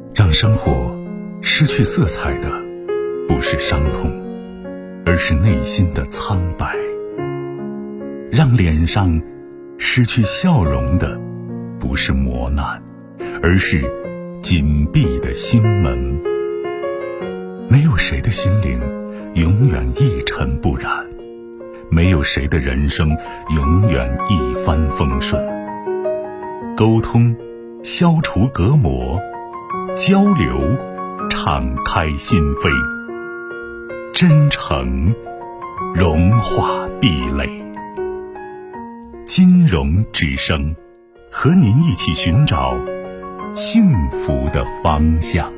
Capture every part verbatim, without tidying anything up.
让生活失去色彩的不是伤痛，而是内心的苍白。让脸上失去笑容的不是磨难，而是紧闭的心门。没有谁的心灵永远一尘不染，没有谁的人生永远一帆风顺。沟通消除隔膜，交流敞开心扉，真诚融化壁垒。金融之声，和您一起寻找幸福的方向。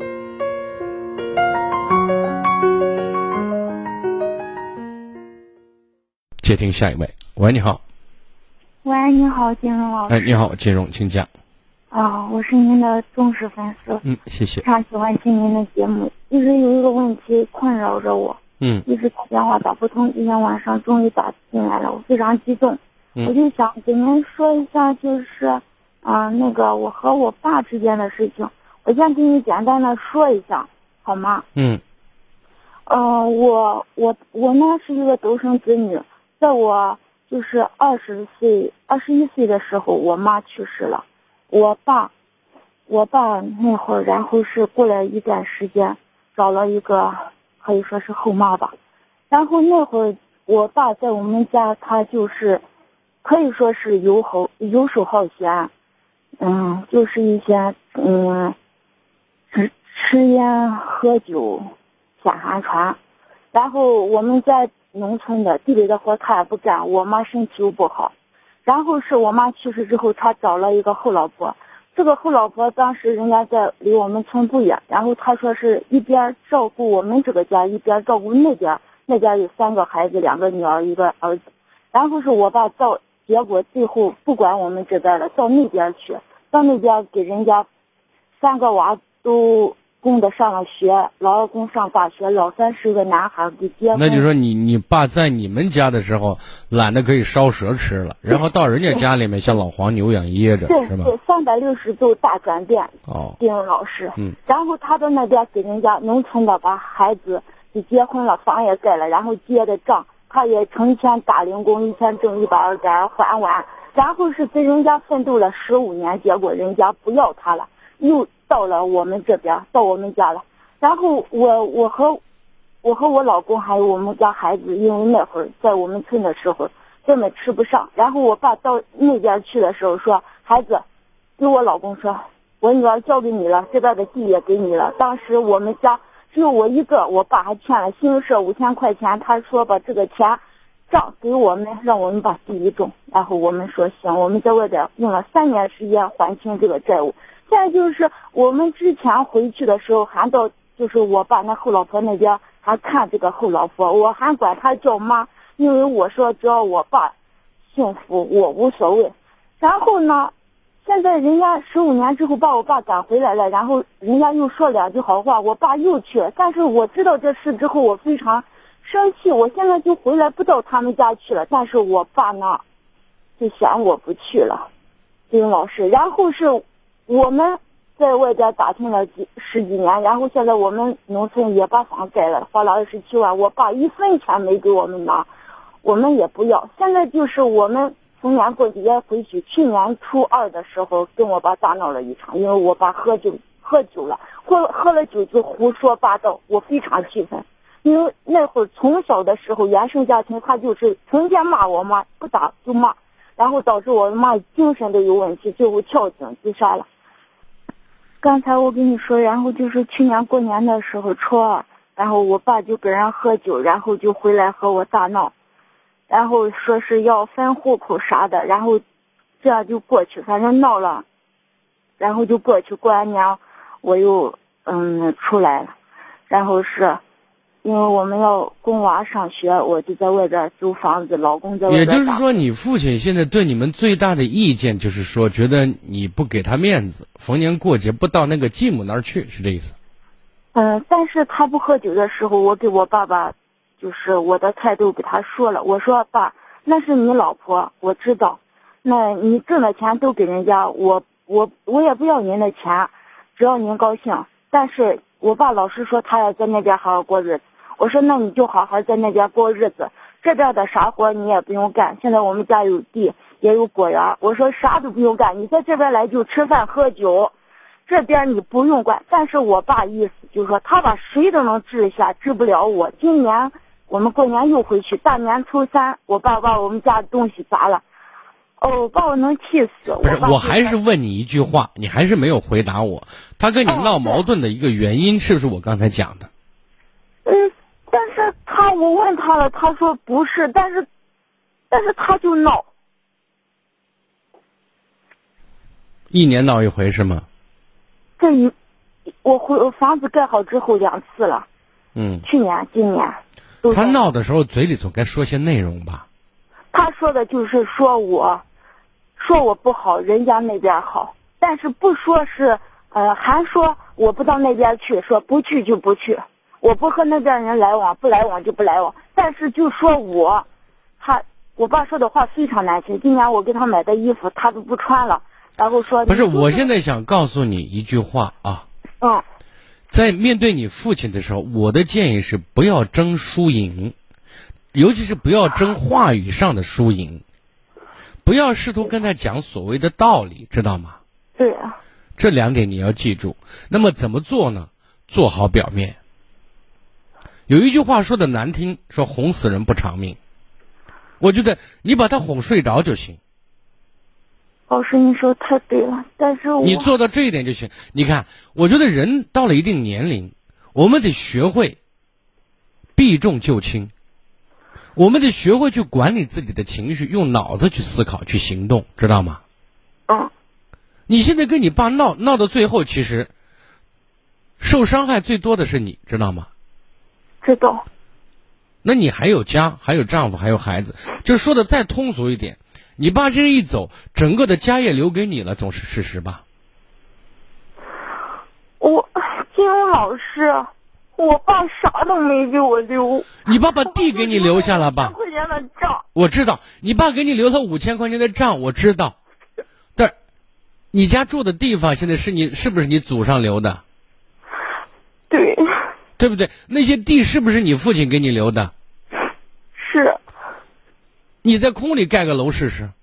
接听下一位。喂，你好。 喂，你好，金融老师。 哎，你好，金融，请讲。 啊，我是您的忠实粉丝。 嗯，谢谢。 非常喜欢听您的节目，一直有一个问题困扰着我。 嗯。 一直打电话打不通，今天晚上终于打进来了，我非常激动。 嗯。 我就想跟您说一下，就是，啊、呃，那个我和我爸之间的事情，我先给你简单的说一下，好吗？ 嗯。 呃，我我我呢是一个独生子女，在我就是二十岁、二十一岁的时候，我妈去世了。我爸，我爸那会儿，然后是过了一段时间，找了一个可以说是后妈吧。然后那会儿，我爸在我们家，他就是可以说是游好游手好闲，嗯，就是一些嗯吃吃烟喝酒下寒船。然后我们在农村的地里的活他也不干，我妈身体又不好。然后是我妈去世之后，他找了一个后老婆。这个后老婆当时人家在离我们村不远，然后他说是一边照顾我们这个家，一边照顾那边，那边有三个孩子，两个女儿一个儿子。然后是我爸到，结果最后不管我们这边了，到那边去，到那边给人家三个娃都供的上了学，老二供上大学，老三是个男孩给结婚。 那就说你你爸在你们家的时候懒得可以烧蛇吃了，然后到人家家里面像老黄牛养噎着，是吧？ 对，三百六十度大转变。 哦， 金融老师。 嗯。 然后他到那边给人家农村的把孩子给结婚了，房也盖了，然后结的账，他也成天打零工，一天挣一百二点儿还完。然后是跟人家奋斗了十五年，结果人家不要他了，又到了我们这边，到我们家了。然后我我和我和我老公还有我们家孩子，因为那会儿在我们村的时候根本吃不上。然后我爸到那边去的时候说，孩子，给我老公说，我女儿交给你了，这边的地也给你了。当时我们家只有我一个，我爸还欠了新社五千块钱，他说把这个钱账给我们，让我们把地一种。然后我们说行，我们在外边用了三年时间还清这个债务。现在就是我们之前回去的时候，还到就是我爸那后老婆那边还看这个后老婆，我还管他叫妈，因为我说只要我爸幸福我无所谓。然后呢，现在人家十五年之后把我爸赶回来了，然后人家又说两句好话，我爸又去了。但是我知道这事之后，我非常生气，我现在就回来不到他们家去了。但是我爸呢就嫌我不去了，丁老师。然后是我们在外边打听了几十几年，然后现在我们农村也把房盖了，花了二十七万，我爸一分钱没给我们拿，我们也不要。现在就是我们逢年过节回去，去年初二的时候跟我爸大闹了一场，因为我爸喝酒喝酒了，喝喝了酒就胡说八道，我非常气愤。因为那会儿从小的时候原生家庭，他就是成天骂我妈，不打就骂，然后导致我妈精神都有问题，最后跳井自杀了。刚才我跟你说，然后就是去年过年的时候初二，然后我爸就跟人喝酒，然后就回来和我大闹，然后说是要分户口啥的，然后这样就过去，反正闹了，然后就过去。过完年我又嗯出来了，然后是因为我们要供娃上学，我就在外边租房子，老公在外边。 也就是说，你父亲现在对你们最大的意见就是说，觉得你不给他面子，逢年过节不到那个继母那儿去，是这意思？ 嗯，但是他不喝酒的时候，我给我爸爸，就是我的态度给他说了，我说爸，那是你老婆，我知道，那你挣的钱都给人家，我我我也不要您的钱， 只要您高兴。但是我爸老是说他要在那边好好过日子，我说那你就好好在那边过日子，这边的啥活你也不用干，现在我们家有地也有果园，我说啥都不用干，你在这边来就吃饭喝酒，这边你不用管。但是我爸意思就是说他把谁都能治一下，治不了我。今年我们过年又回去，大年初三我爸把我们家的东西砸了，哦，把我能气死。 不是，我还是问你一句话，你还是没有回答我。他跟你闹矛盾的一个原因是不是我刚才讲的？ 嗯，但是他我问他了，他说不是，但是，但是他就闹。 一年闹一回是吗？ 这一，我回我房子盖好之后两次了。 嗯。 去年、今年。 他闹的时候嘴里总该说些内容吧？ 他说的就是说我，说我不好，人家那边好，但是不说是，呃，还说我不到那边去，说不去就不去，我不和那边人来往，不来往就不来往，但是就说我，他我爸说的话非常难听。今年我给他买的衣服他都不穿了，然后说不是，我现在想告诉你一句话啊。 嗯。 在面对你父亲的时候，我的建议是不要争输赢，尤其是不要争话语上的输赢，不要试图跟他讲所谓的道理，知道吗？ 对啊。 这两点你要记住。那么怎么做呢？做好表面。有一句话说的难听，说哄死人不偿命。我觉得你把他哄睡着就行。 老师，你说太对了，但是我你做到这一点就行。你看，我觉得人到了一定年龄，我们得学会避重就轻，我们得学会去管理自己的情绪，用脑子去思考，去行动，知道吗？ 嗯。 你现在跟你爸闹闹到最后，其实受伤害最多的是你，知道吗？ 知道。 那你还有家，还有丈夫，还有孩子，就说的再通俗一点，你爸这一走，整个的家业留给你了，总是事实吧？ 我金融老师，我爸啥都没给我留。 你爸把地给你留下了吧？ 五千块钱的账。 我知道，你爸给你留了五千块钱的账，我知道。但你家住的地方现在是你是不是你祖上留的？ 对。 对不对？那些地是不是你父亲给你留的？ 是。 你在空里盖个楼试试。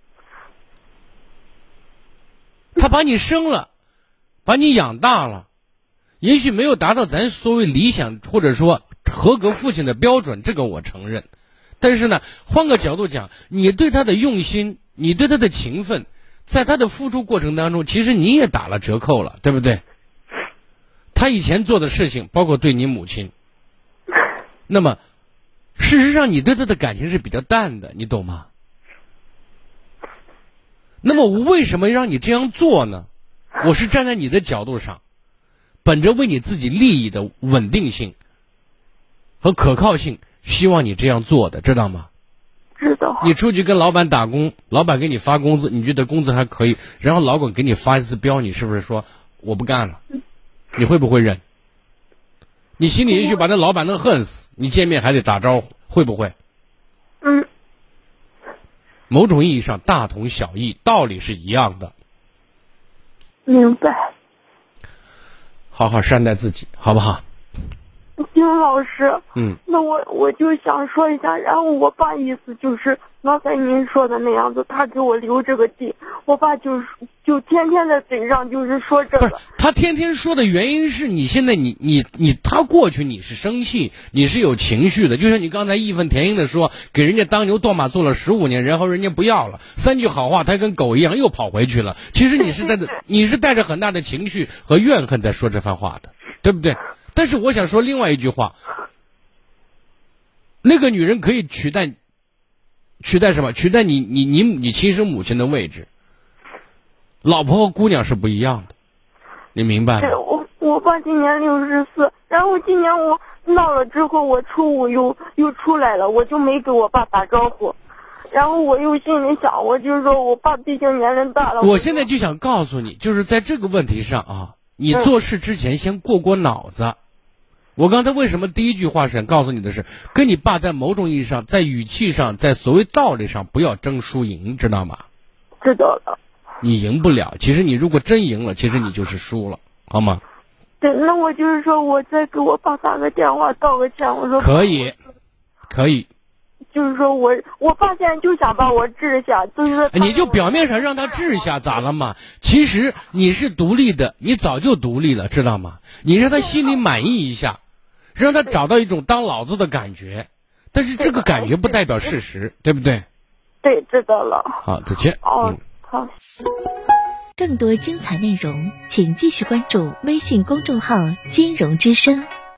他把你生了，把你养大了，也许没有达到咱所谓理想或者说合格父亲的标准，这个我承认。但是呢，换个角度讲，你对他的用心，你对他的情分，在他的付出过程当中，其实你也打了折扣了，对不对？他以前做的事情，包括对你母亲，那么事实上你对他的感情是比较淡的，你懂吗？那么我为什么让你这样做呢？我是站在你的角度上，本着为你自己利益的稳定性和可靠性，希望你这样做的，知道吗？ 知道。 你出去跟老板打工，老板给你发工资，你觉得工资还可以，然后老板给你发一次标，你是不是说我不干了？你会不会忍？你心里也许把那老板能恨死，你见面还得打招呼，会不会？ 嗯。 某种意义上大同小异，道理是一样的。 明白。 好好善待自己，好不好？ 金老师。 嗯。 那我我就想说一下，然后我爸意思就是刚才您说的那样子，他给我留这个地，我爸就是就天天在嘴上就是说这个。 不是，他天天说的原因是你现在你你你他过去你是生气，你是有情绪的，就像你刚才义愤填膺的说，给人家当牛做马做了十五年，然后人家不要了，三句好话他跟狗一样又跑回去了。其实你是带着你是带着很大的情绪和怨恨在说这番话的，对不对？但是我想说另外一句话，那个女人可以取代取代什么？取代你你你你亲生母亲的位置。老婆和姑娘是不一样的，你明白吗？ 对，我我爸今年六十四，然后今年我闹了之后，我初五又又出来了，我就没给我爸打招呼，然后我又心里想，我就说我爸毕竟年龄大了。 我现在就想告诉你，就是在这个问题上啊，你做事之前先过过脑子。嗯、我刚才为什么第一句话想告诉你的是，跟你爸在某种意义上，在语气上，在所谓道理上，不要争输赢，知道吗？ 知道了。 你赢不了，其实你如果真赢了，其实你就是输了， 好吗？ 对，那我就是说我再给我爸打个电话道个歉，我说可以，可以。 就是说我我爸现在就想把我治下，就是说你就表面上让他治下咋了嘛？其实你是独立的，你早就独立了，知道吗？你让他心里满意一下，让他找到一种当老子的感觉，但是这个感觉不代表事实，对不对？ 对，知道了。 好，再见。 哦， 嗯、 好。 更多精彩内容，请继续关注微信公众号“金融之声”。